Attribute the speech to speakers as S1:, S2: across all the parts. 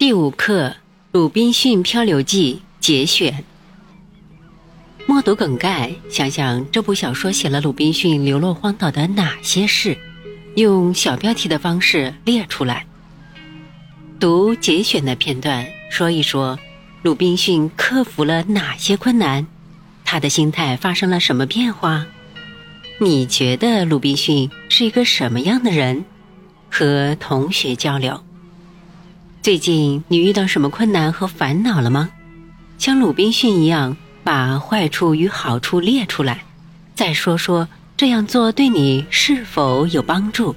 S1: 第5课《鲁滨逊漂流记》节选。默读梗概，想想这部小说写了鲁滨逊流落荒岛的哪些事，用小标题的方式列出来。读节选的片段，说一说鲁滨逊克服了哪些困难，他的心态发生了什么变化？你觉得鲁滨逊是一个什么样的人？和同学交流。最近你遇到什么困难和烦恼了吗？像鲁滨逊一样，把坏处与好处列出来，再说说这样做对你是否有帮助。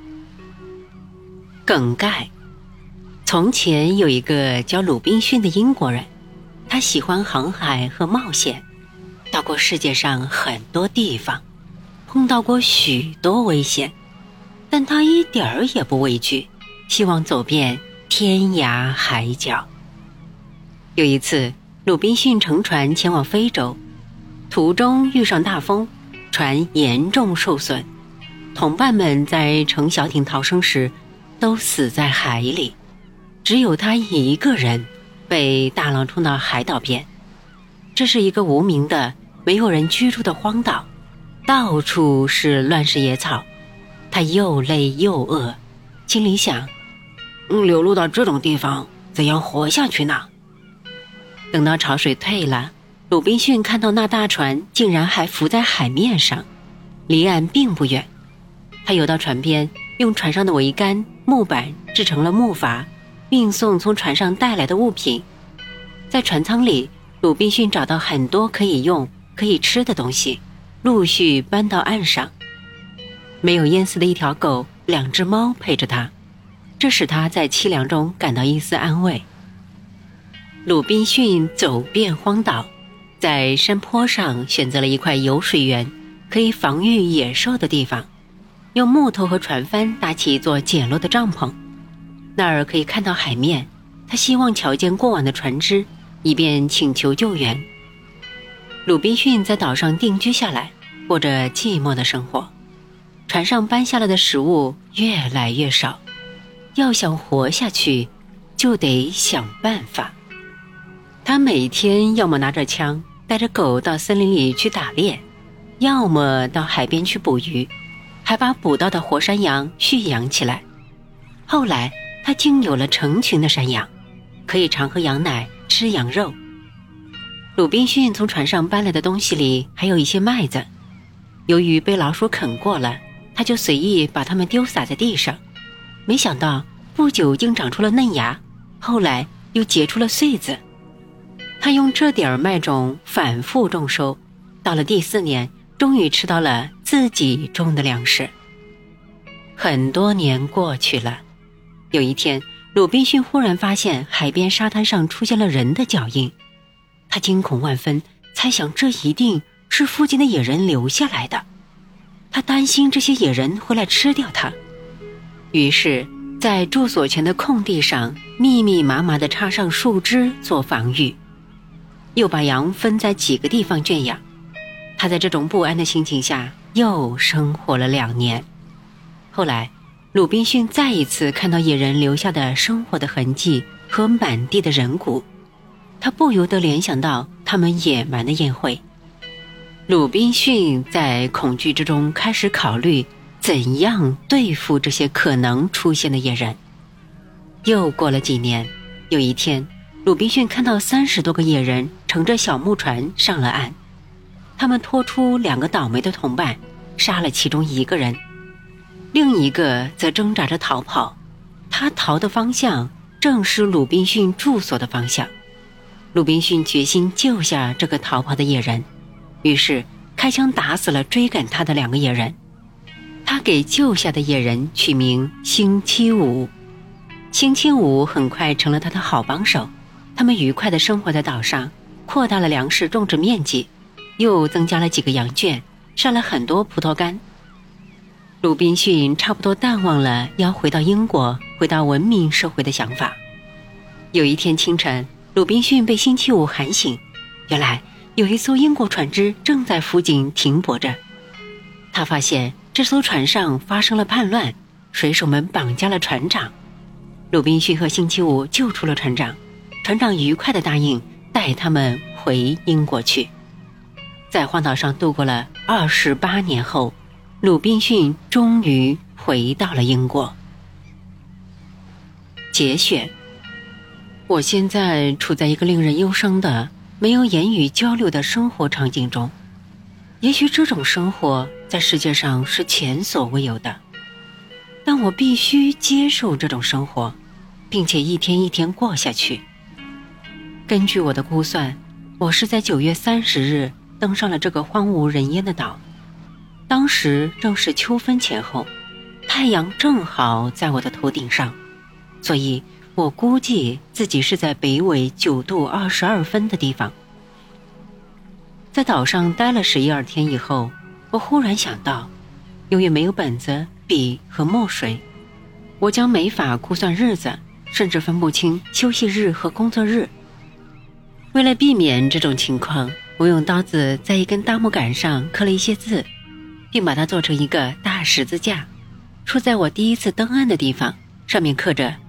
S1: 梗概：从前有一个叫鲁滨逊的英国人，他喜欢航海和冒险，到过世界上很多地方，碰到过许多危险，但他一点儿也不畏惧，希望走遍天涯海角。有一次，鲁滨逊乘船前往非洲，途中遇上大风，船严重受损，同伴们在乘小艇逃生时都死在海里，只有他一个人被大浪冲到海岛边。这是一个无名的没有人居住的荒岛，到处是乱石野草。他又累又饿，心里想，流落到这种地方怎样活下去呢？等到潮水退了，鲁滨逊看到那大船竟然还浮在海面上，离岸并不远。他游到船边，用船上的桅杆、木板制成了木筏，运送从船上带来的物品。在船舱里，鲁滨逊找到很多可以用、可以吃的东西，陆续搬到岸上。没有淹死的一条狗，2只猫陪着他，这使他在凄凉中感到一丝安慰。鲁滨逊走遍荒岛，在山坡上选择了一块有水源，可以防御野兽的地方，用木头和船帆搭起一座简陋的帐篷，那儿可以看到海面。他希望瞧见过往的船只，以便请求救援。鲁滨逊在岛上定居下来，过着寂寞的生活。船上搬下来的食物越来越少，要想活下去，就得想办法。他每天要么拿着枪，带着狗到森林里去打猎，要么到海边去捕鱼，还把捕到的活山羊蓄养起来。后来他竟有了成群的山羊，可以常喝羊奶，吃羊肉。鲁滨逊从船上搬来的东西里还有一些麦子，由于被老鼠啃过了，他就随意把它们丢撒在地上，没想到不久竟长出了嫩芽，后来又结出了穗子。他用这点儿麦种反复种收，到了第4年，终于吃到了自己种的粮食。很多年过去了，有一天，鲁滨逊忽然发现海边沙滩上出现了人的脚印，他惊恐万分，猜想这一定是附近的野人留下来的。他担心这些野人会来吃掉他，于是在住所前的空地上密密麻麻地插上树枝做防御，又把羊分在几个地方圈养。他在这种不安的心情下又生活了2年。后来鲁滨逊再一次看到野人留下的生活的痕迹和满地的人骨，他不由得联想到他们野蛮的宴会。鲁滨逊在恐惧之中开始考虑怎样对付这些可能出现的野人。又过了几年，有一天，鲁滨逊看到30多个野人乘着小木船上了岸，他们拖出2个倒霉的同伴，杀了其中1个人，另一个则挣扎着逃跑，他逃的方向正是鲁滨逊住所的方向。鲁滨逊决心救下这个逃跑的野人，于是开枪打死了追赶他的2个野人。他给救下的野人取名星期五。星期五很快成了他的好帮手，他们愉快地生活在岛上，扩大了粮食种植面积，又增加了几个羊圈，上了很多葡萄干。鲁滨逊差不多淡忘了要回到英国，回到文明社会的想法。有一天清晨，鲁滨逊被星期五喊醒，原来有一艘英国船只正在附近停泊着。他发现这艘船上发生了叛乱，水手们绑架了船长。 鲁滨逊和星期五救出了船长，船长愉快地答应带他们回英国去。在荒岛上度过了28年后，鲁滨逊终于回到了英国。节选：我现在处在一个令人忧伤的、没有言语交流的生活场景中，也许这种生活在世界上是前所未有的，但我必须接受这种生活，并且一天一天过下去。根据我的估算，我是在9月30日登上了这个荒无人烟的岛，当时正是秋分前后，太阳正好在我的头顶上，所以我估计自己是在北纬9度22分的地方。在岛上待了11-12天以后，我忽然想到，由于没有本子、笔和墨水，我将没法估算日子，甚至分不清休息日和工作日。为了避免这种情况，我用刀子在一根大木杆上刻了一些字，并把它做成一个大十字架，竖在我第一次登岸的地方，上面刻着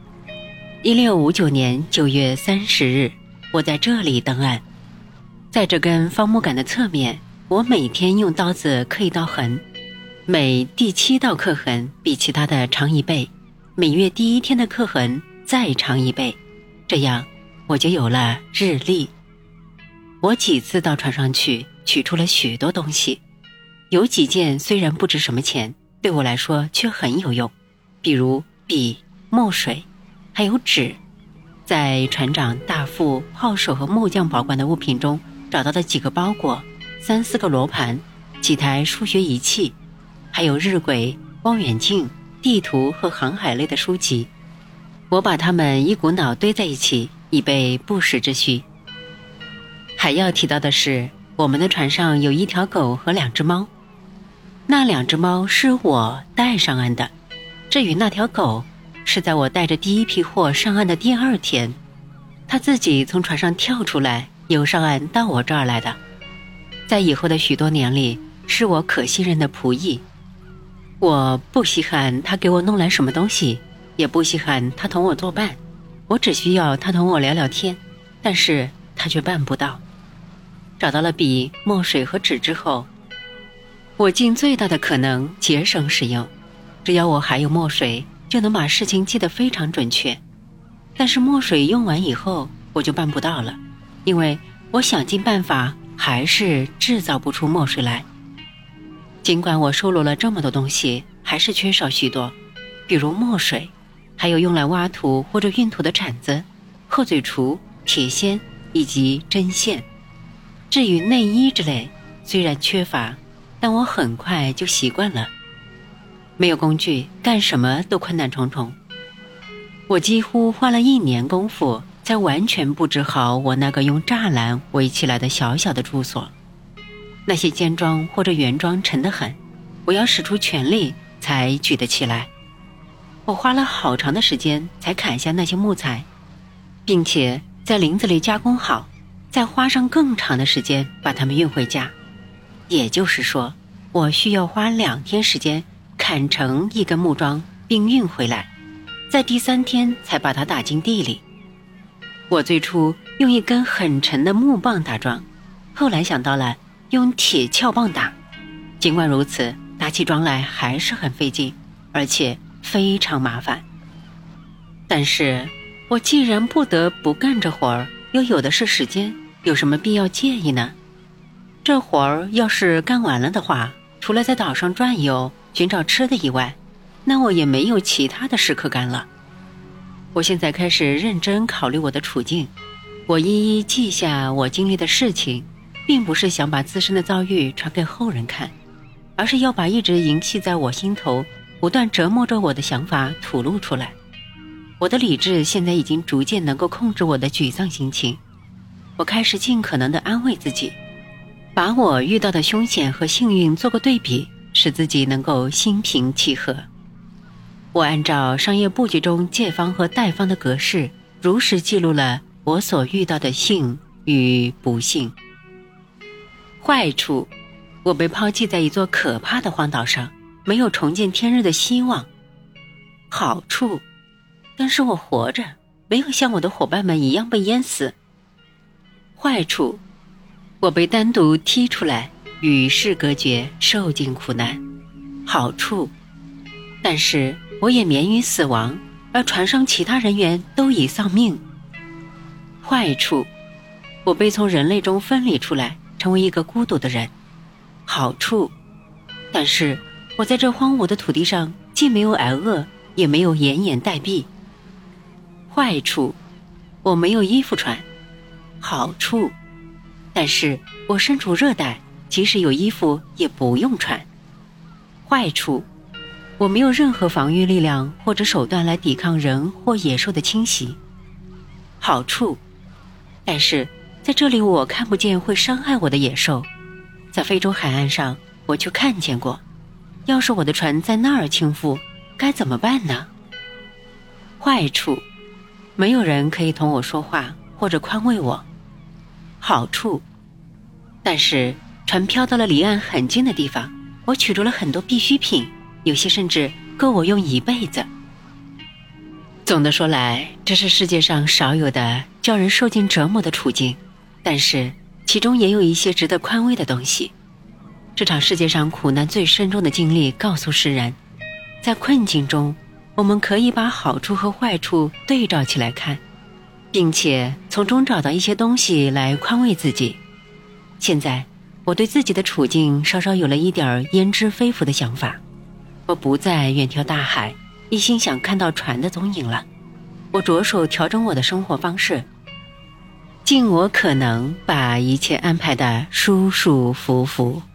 S1: 1659年9月30日，我在这里登岸。在这根方木杆的侧面，我每天用刀子刻一道痕，每第7道刻痕比其他的长1倍，每月第1天的刻痕再长1倍，这样我就有了日历。我几次到船上去，取出了许多东西，有几件虽然不值什么钱，对我来说却很有用，比如笔、墨水，还有纸。在船长、大副、炮手和木匠保管的物品中找到的几个包裹、3-4个罗盘、几台数学仪器，还有日晷、望远镜、地图和航海类的书籍。我把它们一股脑堆在一起，以备不时之需。还要提到的是，我们的船上有1条狗和2只猫，那2只猫是我带上岸的，至于那条狗，是在我带着第1批货上岸的第2天，它自己从船上跳出来，游上岸到我这儿来的。在以后的许多年里，是我可信任的仆役。我不稀罕他给我弄来什么东西，也不稀罕他同我作伴，我只需要他同我聊聊天，但是他却办不到。找到了笔、墨水和纸之后，我尽最大的可能节省使用，只要我还有墨水，就能把事情记得非常准确。但是墨水用完以后，我就办不到了，因为我想尽办法还是制造不出墨水来。尽管我收罗了这么多东西，还是缺少许多，比如墨水，还有用来挖土或者运土的铲子、鹤嘴锄、铁锨以及针线。至于内衣之类，虽然缺乏，但我很快就习惯了。没有工具，干什么都困难重重。我几乎花了1年功夫，才完全布置好我那个用栅栏围起来的小小的住所。那些尖桩或者圆桩沉得很，我要使出全力才举得起来。我花了好长的时间才砍下那些木材，并且在林子里加工好，再花上更长的时间把它们运回家。也就是说，我需要花2天时间砍成一根木桩并运回来，在第3天才把它打进地里。我最初用一根很沉的木棒打桩，后来想到了用铁锹棒打，尽管如此，打起桩来还是很费劲，而且非常麻烦。但是我既然不得不干这活儿，又有的是时间，有什么必要介意呢？这活儿要是干完了的话，除了在岛上转悠寻找吃的以外，那我也没有其他的事可干了。我现在开始认真考虑我的处境，我一一记下我经历的事情，并不是想把自身的遭遇传给后人看，而是要把一直萦系在我心头、不断折磨着我的想法吐露出来。我的理智现在已经逐渐能够控制我的沮丧心情，我开始尽可能地安慰自己，把我遇到的凶险和幸运做个对比，使自己能够心平气和。我按照商业布局中借方和贷方的格式，如实记录了我所遇到的幸与不幸。坏处，我被抛弃在一座可怕的荒岛上，没有重见天日的希望。好处， 但是我活着，没有像我的伙伴们一样被淹死。坏处，我被单独踢出来，与世隔绝，受尽苦难。好处，但是我也免于死亡，而船上其他人员都已丧命。坏处，我被从人类中分离出来，成为一个孤独的人。好处，但是我在这荒芜的土地上既没有挨饿，也没有奄奄待毙。坏处，我没有衣服穿。好处，但是我身处热带，即使有衣服也不用穿。坏处，我没有任何防御力量或者手段来抵抗人或野兽的侵袭。好处，但是在这里我看不见会伤害我的野兽，在非洲海岸上我却看见过。要是我的船在那儿倾覆，该怎么办呢？坏处，没有人可以同我说话或者宽慰我。好处，但是船飘到了离岸很近的地方，我取出了很多必需品，有些甚至够我用一辈子。总的说来，这是世界上少有的叫人受尽折磨的处境，但是其中也有一些值得宽慰的东西。这场世界上苦难最深重的经历告诉世人，在困境中，我们可以把好处和坏处对照起来看，并且从中找到一些东西来宽慰自己。现在我对自己的处境稍稍有了一点焉知非福的想法，我不再远眺大海，一心想看到船的踪影了。我着手调整我的生活方式，尽我可能把一切安排得舒舒服服。